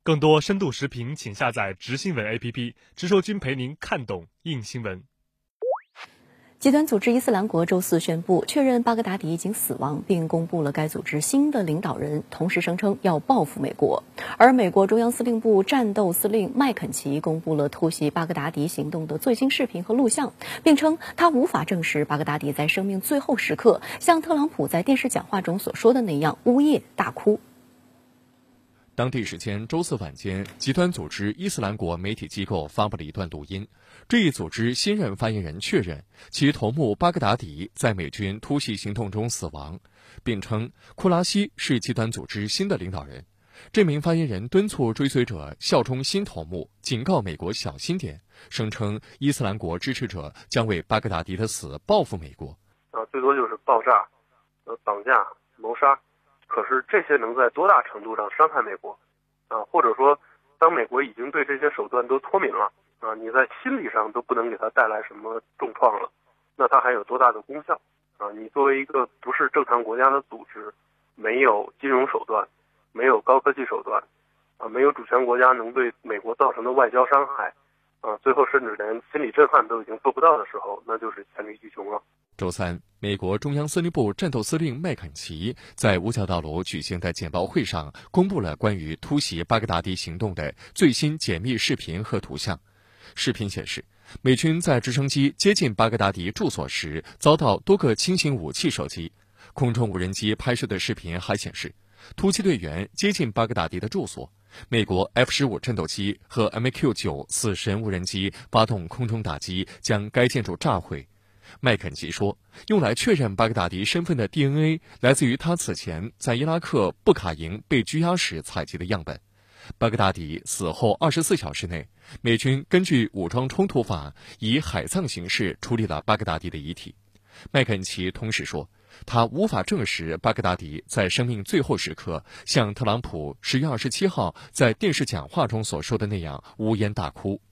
更多深度视频，请下载直新闻 APP， 直说君陪您看懂硬新闻。 极端组织伊斯兰国周四宣布确认巴格达迪已经死亡，并公布了该组织新的领导人，同时声称要报复美国。而美国中央司令部战斗司令麦肯齐公布了突袭巴格达迪行动的最新视频和录像，并称他无法证实巴格达迪在生命最后时刻像特朗普在电视讲话中所说的那样呜咽大哭。 当地时间周四晚间，极端组织伊斯兰国媒体机构发布了一段录音。这一组织新任发言人确认，其头目巴格达迪在美军突袭行动中死亡，并称库拉西是极端组织新的领导人。这名发言人敦促追随者效忠新头目，警告美国小心点，声称伊斯兰国支持者将为巴格达迪的死报复美国。 最多就是爆炸、绑架、谋杀。可是这些能在多大程度上伤害美国？或者说，当美国已经对这些手段都脱敏了，你在心理上都不能给它带来什么重创了，那它还有多大的功效？你作为一个不是正常国家的组织，没有金融手段，没有高科技手段，没有主权国家能对美国造成的外交伤害，最后甚至连心理震撼都已经做不到的时候，那就是黔驴技穷了。 周三，美国中央司令部战斗司令麦肯齐在五角大楼举行的简报会上公布了关于突袭巴格达迪行动的最新解密视频和图像。视频显示，美军在直升机接近巴格达迪住所时遭到多个轻型武器射击。空中无人机拍摄的视频还显示，突击队员接近巴格达迪的住所，美国 F-15战斗机和 MQ-9 死神无人机发动空中打击，将该建筑炸毁。麦肯齐说，用来确认巴格达迪身份的 DNA 来自于他此前在伊拉克布卡营被拘押时采集的样本。巴格达迪死后24小时内，美军根据武装冲突法以海葬形式处理了巴格达迪的遗体。麦肯齐同时说，他无法证实巴格达迪在生命最后时刻像特朗普10月27号在电视讲话中所说的那样呜咽大哭。